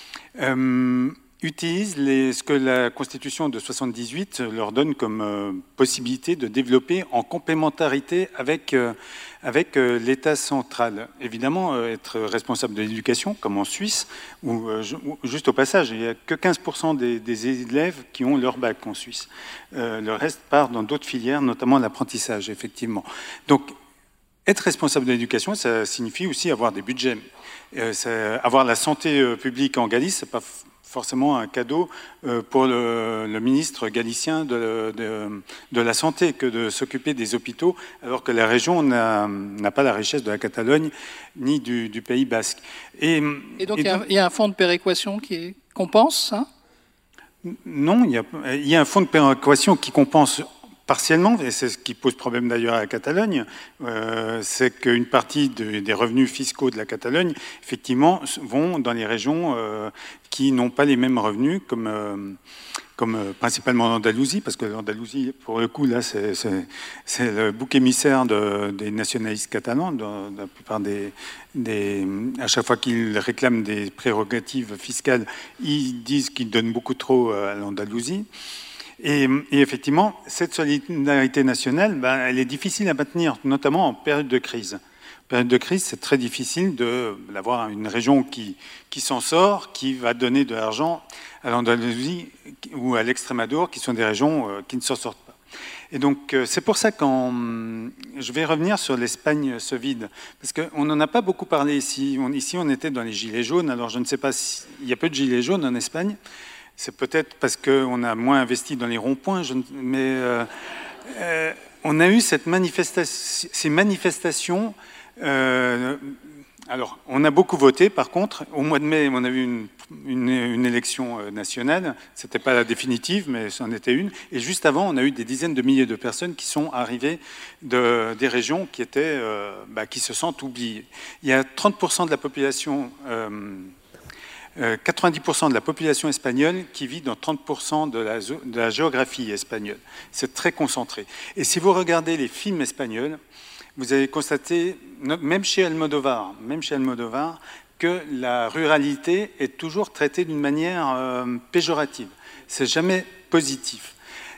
euh, utilisent les, ce que la Constitution de soixante-dix-huit leur donne comme euh, possibilité de développer en complémentarité avec euh, avec l'État central. Évidemment, être responsable de l'éducation, comme en Suisse, où, juste au passage, il n'y a que quinze pour cent des, des élèves qui ont leur bac en Suisse. Euh, le reste part dans d'autres filières, notamment l'apprentissage, effectivement. Donc, être responsable de l'éducation, ça signifie aussi avoir des budgets. Euh, ça, avoir la santé publique en Galice, c'est pas forcément un cadeau pour le, le ministre galicien de, de, de la Santé que de s'occuper des hôpitaux, alors que la région n'a pas la richesse de la Catalogne ni du, du Pays Basque. Et, et donc, et il, y a, il y a un fonds de péréquation qui compense ça ? Non, il y, a, il y a un fonds de péréquation qui compense partiellement, et c'est ce qui pose problème d'ailleurs à la Catalogne, euh, c'est qu'une partie de, des revenus fiscaux de la Catalogne, effectivement, vont dans les régions euh, qui n'ont pas les mêmes revenus, comme, euh, comme euh, principalement l'Andalousie, parce que l'Andalousie, pour le coup, là, c'est le bouc émissaire de, des nationalistes catalans. De, de la plupart des, des, à chaque fois qu'ils réclament des prérogatives fiscales, ils disent qu'ils donnent beaucoup trop à l'Andalousie. Et, et effectivement, cette solidarité nationale, ben, elle est difficile à maintenir, notamment en période de crise. En période de crise, c'est très difficile d'avoir une région qui, qui s'en sort, qui va donner de l'argent à l'Andalousie ou à l'Extrémadure, qui sont des régions qui ne s'en sortent pas. Et donc, c'est pour ça que je vais revenir sur l'Espagne se vide, parce qu'on n'en a pas beaucoup parlé ici. On, ici, on était dans les gilets jaunes, alors je ne sais pas s'il y a peu de gilets jaunes en Espagne. C'est peut-être parce qu'on a moins investi dans les ronds-points, mais euh, euh, on a eu cette manifestation, ces manifestations. Euh, alors, on a beaucoup voté, par contre. Au mois de mai, on a eu une, une, une élection nationale. Ce n'était pas la définitive, mais c'en était une. Et juste avant, on a eu des dizaines de milliers de personnes qui sont arrivées de, des régions qui, étaient, euh, bah, qui se sentent oubliées. Il y a trente pour cent de la population... Euh, quatre-vingt-dix pour cent de la population espagnole qui vit dans trente pour cent de la, de la géographie espagnole. C'est très concentré. Et si vous regardez les films espagnols, vous allez constater, même chez Almodovar, même chez Almodovar, que la ruralité est toujours traitée d'une manière euh, péjorative. C'est jamais positif.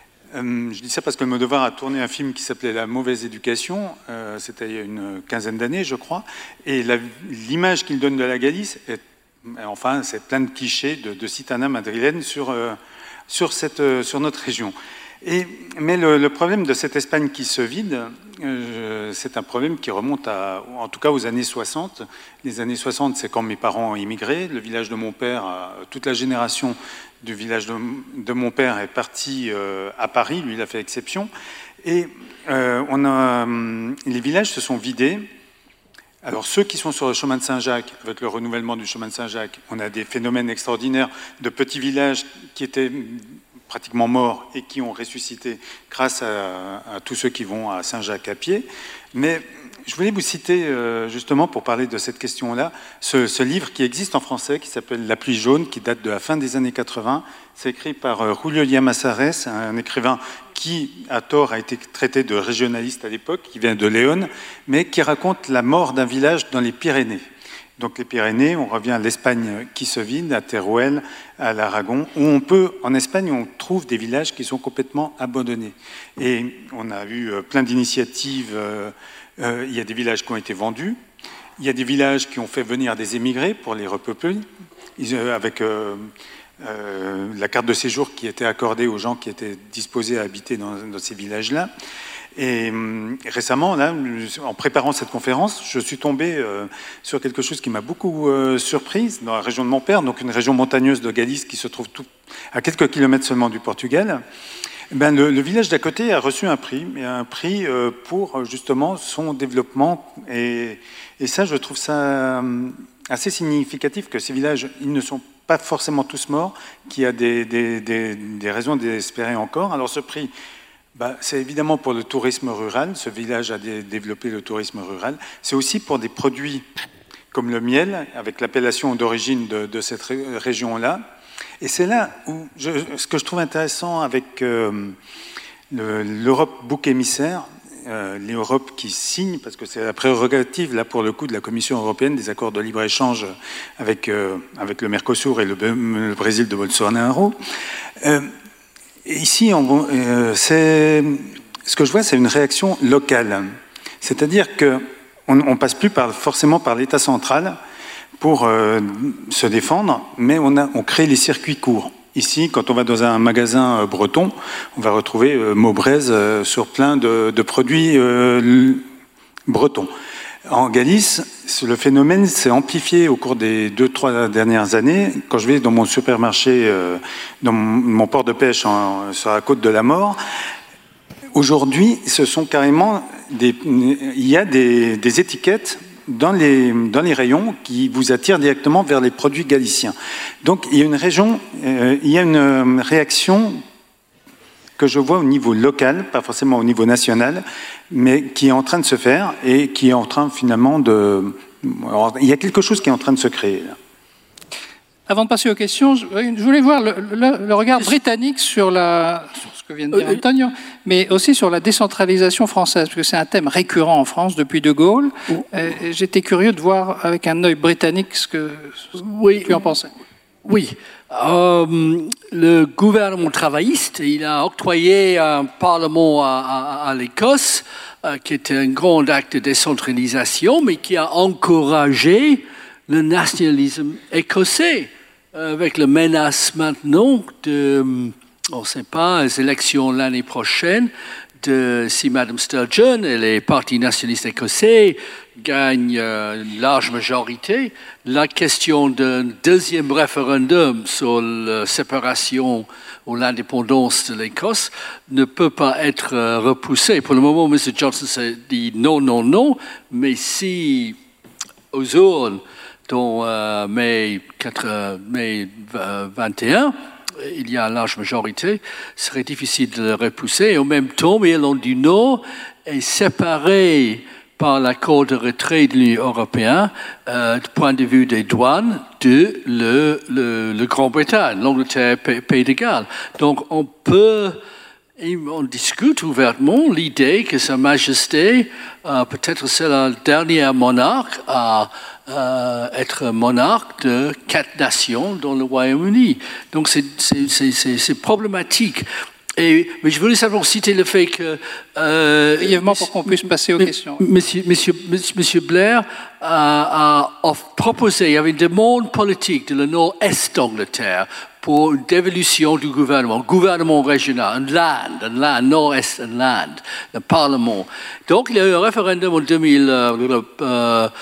Euh, je dis ça parce que Almodovar a tourné un film qui s'appelait La mauvaise éducation, euh, c'était il y a une quinzaine d'années, je crois, et l'image qu'il donne de la Galice est Enfin, c'est plein de clichés de, de citana madrilène sur, euh, sur, cette, euh, sur notre région. Et, mais le, le problème de cette Espagne qui se vide, euh, c'est un problème qui remonte à, en tout cas aux années soixante. Les années soixante, c'est quand mes parents ont immigré. Le village de mon père, toute la génération du village de, de mon père est partie euh, à Paris. Lui, il a fait exception. Et euh, on a, les villages se sont vidés. Alors ceux qui sont sur le chemin de Saint-Jacques, avec le renouvellement du chemin de Saint-Jacques, on a des phénomènes extraordinaires de petits villages qui étaient pratiquement morts et qui ont ressuscité grâce à, à tous ceux qui vont à Saint-Jacques à pied. Mais je voulais vous citer, justement, pour parler de cette question-là, ce, ce livre qui existe en français, qui s'appelle La pluie jaune, qui date de la fin des années quatre-vingt. C'est écrit par Julio Llamazares, un écrivain qui, à tort, a été traité de régionaliste à l'époque, qui vient de Léon, mais qui raconte la mort d'un village dans les Pyrénées. Donc les Pyrénées, on revient à l'Espagne qui se vide, à Teruel, à l'Aragon, où on peut, en Espagne, on trouve des villages qui sont complètement abandonnés. Et on a eu plein d'initiatives. Euh, euh, il y a des villages qui ont été vendus. Il y a des villages qui ont fait venir des émigrés pour les repeupler, avec euh, euh, la carte de séjour qui était accordée aux gens qui étaient disposés à habiter dans, dans ces villages-là. Et euh, récemment, là, en préparant cette conférence, je suis tombé euh, sur quelque chose qui m'a beaucoup euh, surprise dans la région de mon père, donc une région montagneuse de Galice qui se trouve tout, à quelques kilomètres seulement du Portugal. Ben, le, le village d'à côté a reçu un prix, mais un prix euh, pour justement son développement. Et, et ça, je trouve ça assez significatif que ces villages, ils ne sont pas forcément tous morts, qu'il y a des, des, des, des raisons d'espérer encore. Alors ce prix, ben, c'est évidemment pour le tourisme rural. Ce village a dé, développé le tourisme rural. C'est aussi pour des produits comme le miel, avec l'appellation d'origine de, de cette ré, région-là. Et c'est là où je, ce que je trouve intéressant avec euh, l'Europe bouc émissaire, euh, l'Europe qui signe, parce que c'est la prérogative, là pour le coup, de la Commission européenne, des accords de libre-échange avec, euh, avec le Mercosur et le, le Brésil de Bolsonaro. Euh, ici, on, euh, c'est, ce que je vois, c'est une réaction locale. C'est-à-dire qu'on ne passe plus par, forcément par l'État central pour euh, se défendre, mais on, a, on crée les circuits courts. Ici, quand on va dans un magasin euh, breton, on va retrouver euh, Maubrez euh, sur plein de, de produits euh, bretons. En Galice, le phénomène s'est amplifié au cours des deux, trois dernières années. Quand je vais dans mon supermarché, euh, dans mon, mon port de pêche en, sur la côte de la Mort, aujourd'hui, ce sont carrément des, il y a des, des étiquettes dans les, dans les rayons qui vous attirent directement vers les produits galiciens. Donc il y a une région, euh, il y a une réaction que je vois au niveau local, pas forcément au niveau national, mais qui est en train de se faire et qui est en train finalement de... Alors, il y a quelque chose qui est en train de se créer là. Avant de passer aux questions, je voulais voir le, le, le regard britannique sur, la, sur ce que vient de dire Antonio, mais aussi sur la décentralisation française, parce que c'est un thème récurrent en France depuis De Gaulle. Euh, J'étais curieux de voir avec un œil britannique ce que, ce oui, que tu en pensais. Oui. Euh, le gouvernement travailliste, il a octroyé un parlement à, à, à l'Écosse, euh, qui était un grand acte de décentralisation, mais qui a encouragé le nationalisme écossais, avec la menace maintenant de, on ne sait pas, les élections l'année prochaine, de, si Madame Sturgeon et les partis nationalistes écossais gagnent une large majorité, la question d'un deuxième référendum sur la séparation ou l'indépendance de l'Écosse ne peut pas être repoussée. Pour le moment, M. Johnson s'est dit non, non, non, mais si aux urnes, dans euh, mai, quatre, mai vingt et un, il y a une large majorité, ce serait difficile de le repousser. Et en même temps, l'Irlande du Nord est séparée par l'accord de retrait de l'Union européenne euh, du point de vue des douanes de le, le, le Grande-Bretagne, l'Angleterre, Pays de Galles. Donc on peut... Et on discute ouvertement l'idée que Sa Majesté, euh, peut-être c'est la dernière monarque à euh, être monarque de quatre nations dans le Royaume-Uni. Donc c'est problématique. Et, mais je voulais simplement citer le fait que... Euh, Brièvement pour qu'on puisse passer aux questions. Monsieur, monsieur, monsieur Blair a, a, a proposé, il y avait une demande politique de le nord-est d'Angleterre pour une dévolution du gouvernement, gouvernement régional, un land, un land, nord-est, un land, le Parlement. Donc il y a eu un référendum en deux mille quatre,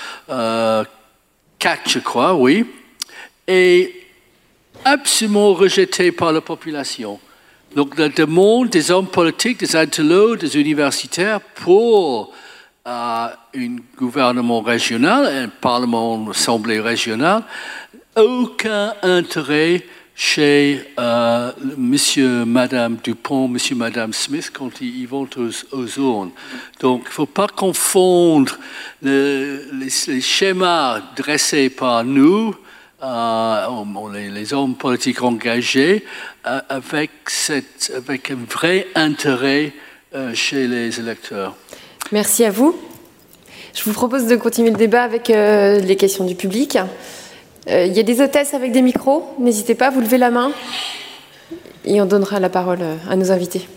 je crois, oui, et absolument rejeté par la population. Donc la demande des hommes politiques, des intellos, des universitaires pour euh, un gouvernement régional, un parlement, une assemblée régionale, aucun intérêt chez euh, monsieur, madame Dupont, monsieur, madame Smith quand ils, ils vont aux, aux urnes. Donc il ne faut pas confondre le, les, les schémas dressés par nous, Euh, les, les hommes politiques engagés, euh, avec, cette, avec un vrai intérêt euh, chez les électeurs. Merci à vous. Je vous propose de continuer le débat avec euh, les questions du public. Il euh, y a des hôtesses avec des micros. N'hésitez pas, vous levez la main et on donnera la parole à nos invités.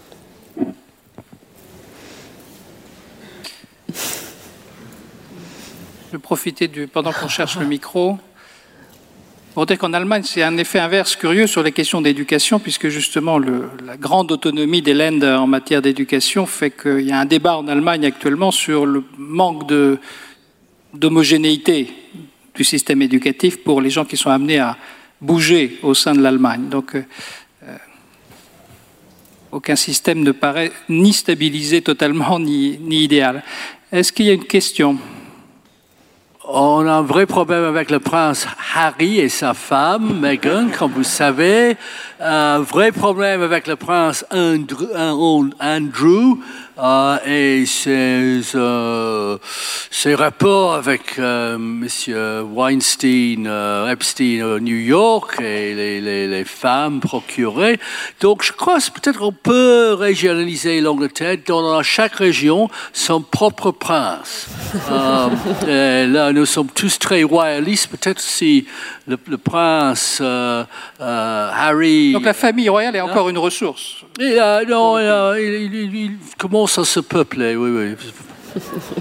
Je vais profiter du, pendant qu'on cherche le micro. Pour dire qu'en Allemagne, c'est un effet inverse curieux sur les questions d'éducation, puisque justement le, la grande autonomie des Länder en matière d'éducation fait qu'il y a un débat en Allemagne actuellement sur le manque de, d'homogénéité du système éducatif pour les gens qui sont amenés à bouger au sein de l'Allemagne. Donc, euh, aucun système ne paraît ni stabilisé totalement, ni, ni idéal. Est-ce qu'il y a une question ? On a un vrai problème avec le prince Harry et sa femme, Meghan, comme vous savez. Un vrai problème avec le prince Andrew, Andrew euh, et ses, euh, ses rapports avec euh, Monsieur Weinstein, euh, Epstein à New York et les, les, les femmes procurées. Donc je crois que peut-être on peut régionaliser l'Angleterre, dans chaque région son propre prince. euh, et là, nous sommes tous très royalistes. Peut-être si le, le prince euh, euh, Harry... Donc la famille royale est encore une ressource. Et, euh, non, euh, il, il, il commence à se peupler, oui, oui.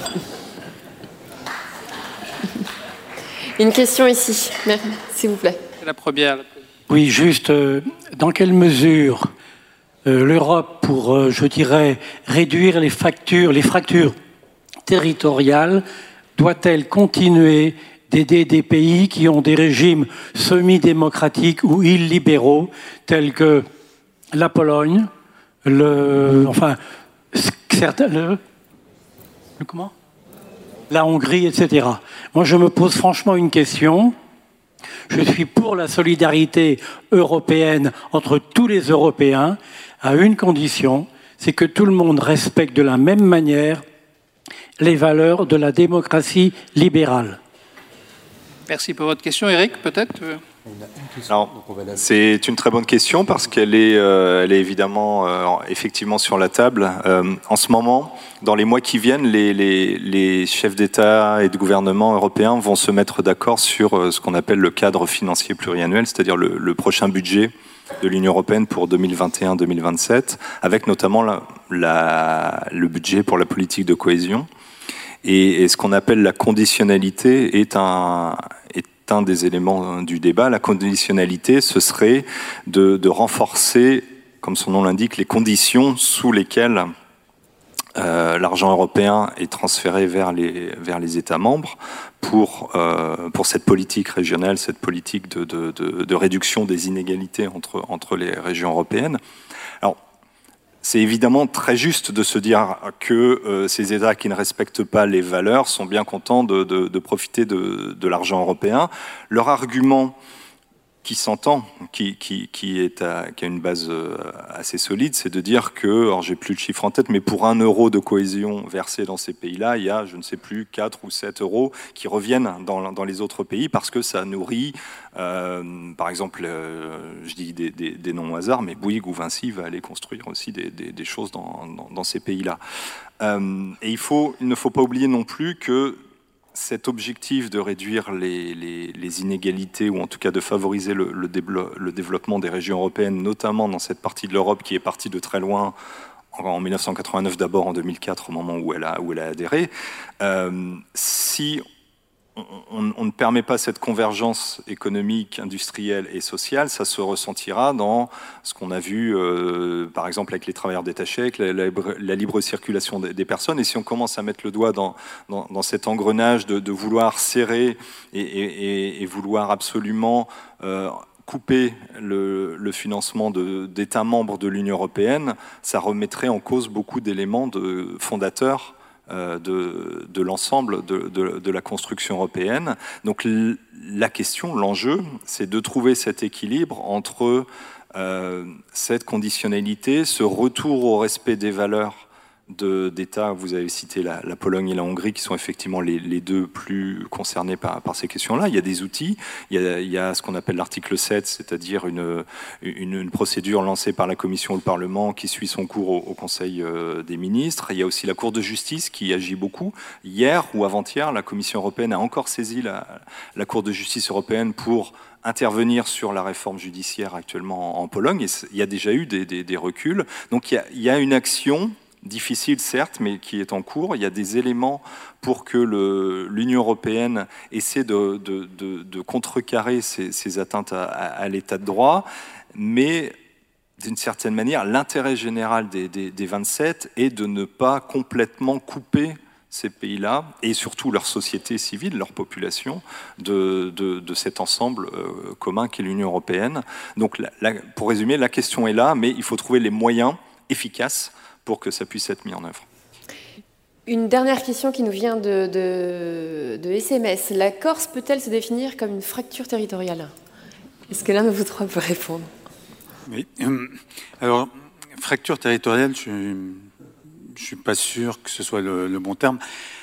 Une question ici, s'il vous plaît. C'est la première. Oui, juste, euh, dans quelle mesure euh, l'Europe, pour, euh, je dirais, réduire les fractures, les fractures territoriales, doit-elle continuer d'aider des pays qui ont des régimes semi-démocratiques ou illibéraux, tels que la Pologne, le, enfin, certains, le, le comment, la Hongrie, et cetera. Moi, je me pose franchement une question. Je suis pour la solidarité européenne entre tous les Européens, à une condition, c'est que tout le monde respecte de la même manière les valeurs de la démocratie libérale. Merci pour votre question. Eric, peut-être ? Alors, c'est une très bonne question parce qu'elle est, euh, elle est évidemment euh, effectivement sur la table. Euh, en ce moment, dans les mois qui viennent, les, les, les chefs d'État et de gouvernement européens vont se mettre d'accord sur euh, ce qu'on appelle le cadre financier pluriannuel, c'est-à-dire le, le prochain budget de l'Union européenne pour deux mille vingt et un deux mille vingt-sept, avec notamment la, la, le budget pour la politique de cohésion. Et, et ce qu'on appelle la conditionnalité est un, est un des éléments du débat. La conditionnalité, ce serait de, de renforcer, comme son nom l'indique, les conditions sous lesquelles euh, l'argent européen est transféré vers les, vers les États membres pour, euh, pour cette politique régionale, cette politique de, de, de, de réduction des inégalités entre, entre les régions européennes. Alors, c'est évidemment très juste de se dire que euh, ces États qui ne respectent pas les valeurs sont bien contents de, de, de profiter de, de l'argent européen. Leur argument qui s'entend, qui, qui, qui, est à, qui a une base assez solide, c'est de dire que, alors j'ai plus le chiffre en tête, mais pour un euro de cohésion versé dans ces pays-là, il y a, je ne sais plus, quatre ou sept euros qui reviennent dans, dans les autres pays parce que ça nourrit, euh, par exemple, euh, je dis des, des, des noms au hasard, mais Bouygues ou Vinci va aller construire aussi des, des, des choses dans, dans, dans ces pays-là. Euh, et il, faut, il ne faut pas oublier non plus que cet objectif de réduire les, les, les inégalités, ou en tout cas de favoriser le, le, le développement des régions européennes, notamment dans cette partie de l'Europe qui est partie de très loin, en mille neuf cent quatre-vingt-neuf d'abord, en deux mille quatre, au moment où elle a, où elle a adhéré, euh, si on, on, on ne permet pas cette convergence économique, industrielle et sociale, ça se ressentira dans ce qu'on a vu, euh, par exemple, avec les travailleurs détachés, avec la, la, la libre circulation des, des personnes. Et si on commence à mettre le doigt dans, dans, dans cet engrenage de, de vouloir serrer et, et, et vouloir absolument euh, couper le, le financement de, d'États membres de l'Union européenne, ça remettrait en cause beaucoup d'éléments de fondateurs de, de l'ensemble de, de, de la construction européenne. Donc la question, l'enjeu, c'est de trouver cet équilibre entre euh, cette conditionnalité, ce retour au respect des valeurs de, d'États. Vous avez cité la, la Pologne et la Hongrie qui sont effectivement les, les deux plus concernés par, par ces questions-là. Il y a des outils, il y a, il y a ce qu'on appelle l'article sept, c'est-à-dire une, une, une procédure lancée par la Commission ou le Parlement qui suit son cours au, au Conseil euh, des ministres. Il y a aussi la Cour de justice qui agit beaucoup. Hier ou avant-hier, la Commission européenne a encore saisi la, la Cour de justice européenne pour intervenir sur la réforme judiciaire actuellement en, en Pologne. Et il y a déjà eu des, des, des reculs. Donc il y a, il y a une action difficile certes, mais qui est en cours. Il y a des éléments pour que le, l'Union européenne essaie de, de, de, de contrecarrer ces, ces atteintes à, à l'état de droit, mais d'une certaine manière, l'intérêt général des, des, des vingt-sept est de ne pas complètement couper ces pays-là, et surtout leur société civile, leur population, de, de, de cet ensemble euh, commun qu'est l'Union européenne. Donc, la, la, pour résumer, la question est là, mais il faut trouver les moyens efficace pour que ça puisse être mis en œuvre. Une dernière question qui nous vient de, de, de S M S. La Corse peut-elle se définir comme une fracture territoriale? Est-ce que l'un de vous trois peut répondre? Oui. Alors, fracture territoriale, je ne suis pas sûr que ce soit le, le bon terme.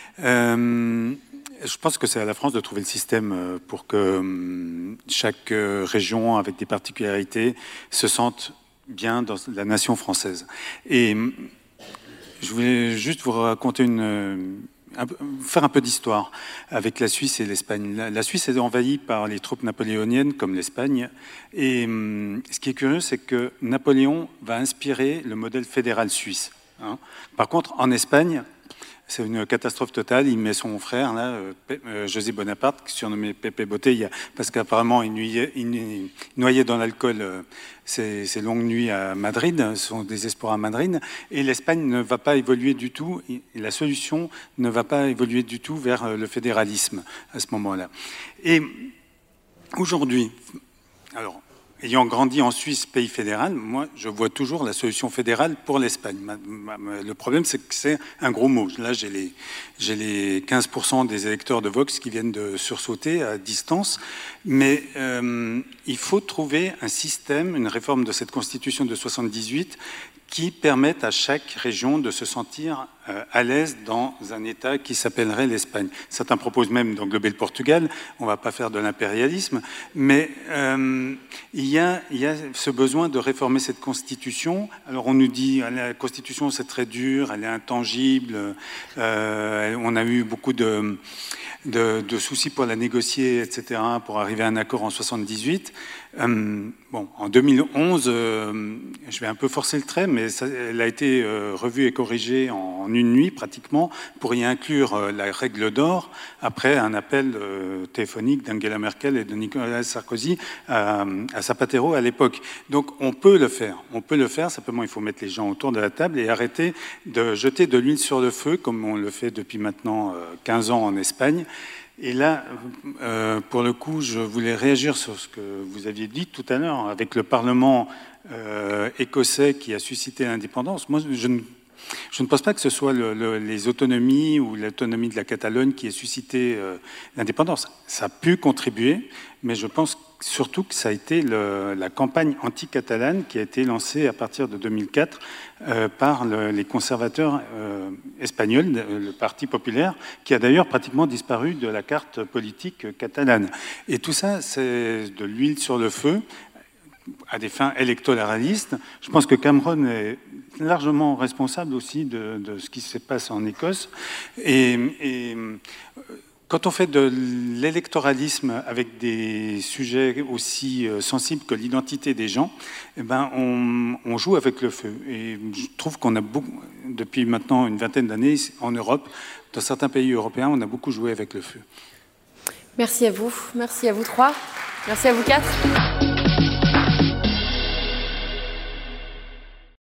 Euh, je pense que c'est à la France de trouver le système pour que chaque région, avec des particularités, se sente bien dans la nation française. Et je voulais juste vous raconter une... Un, faire un peu d'histoire avec la Suisse et l'Espagne. La, la Suisse est envahie par les troupes napoléoniennes comme l'Espagne. Et hum, ce qui est curieux, c'est que Napoléon va inspirer le modèle fédéral suisse. Hein. Par contre, en Espagne, c'est une catastrophe totale. Il met son frère, là, euh, José Bonaparte, surnommé Pepe Botella, parce qu'apparemment, il noyait, il noyait dans l'alcool euh, ses, ses longues nuits à Madrid, son désespoir à Madrid. Et l'Espagne ne va pas évoluer du tout. Et la solution ne va pas évoluer du tout vers le fédéralisme à ce moment-là. Et aujourd'hui, alors, ayant grandi en Suisse, pays fédéral, moi, je vois toujours la solution fédérale pour l'Espagne. Le problème, c'est que c'est un gros mot. Là, j'ai les, j'ai les quinze pour cent des électeurs de Vox qui viennent de sursauter à distance. Mais euh, il faut trouver un système, une réforme de cette Constitution de soixante-dix-huit qui permettent à chaque région de se sentir euh, à l'aise dans un État qui s'appellerait l'Espagne. Certains proposent même d'englober le Portugal. On ne va pas faire de l'impérialisme, mais euh, il, y a, il y a ce besoin de réformer cette Constitution. Alors on nous dit la Constitution c'est très dur, elle est intangible, euh, on a eu beaucoup de, de, de soucis pour la négocier, et cetera, pour arriver à un accord en soixante-dix-huit. Euh, bon, en deux mille onze, euh, je vais un peu forcer le trait, mais ça, elle a été euh, revue et corrigée en, en une nuit pratiquement pour y inclure euh, la règle d'or après un appel euh, téléphonique d'Angela Merkel et de Nicolas Sarkozy à, à Zapatero à l'époque. Donc on peut le faire, on peut le faire, simplement il faut mettre les gens autour de la table et arrêter de jeter de l'huile sur le feu comme on le fait depuis maintenant euh, quinze ans en Espagne. Et là, euh, pour le coup, je voulais réagir sur ce que vous aviez dit tout à l'heure, avec le Parlement euh, écossais qui a suscité l'indépendance. Moi, je ne, je ne pense pas que ce soit le, le, les autonomies ou l'autonomie de la Catalogne qui ait suscité euh, l'indépendance. Ça a pu contribuer, mais je pense surtout que ça a été le, la campagne anti-catalane qui a été lancée à partir de deux mille quatre euh, par le, les conservateurs euh, espagnols, le Parti populaire, qui a d'ailleurs pratiquement disparu de la carte politique catalane. Et tout ça, c'est de l'huile sur le feu à des fins électoralistes. Je pense que Cameron est largement responsable aussi de, de ce qui se passe en Écosse. Et, et quand on fait de l'électoralisme avec des sujets aussi sensibles que l'identité des gens, eh ben on, on joue avec le feu. Et je trouve qu'on a beaucoup, depuis maintenant une vingtaine d'années, en Europe, dans certains pays européens, on a beaucoup joué avec le feu. Merci à vous. Merci à vous trois. Merci à vous quatre.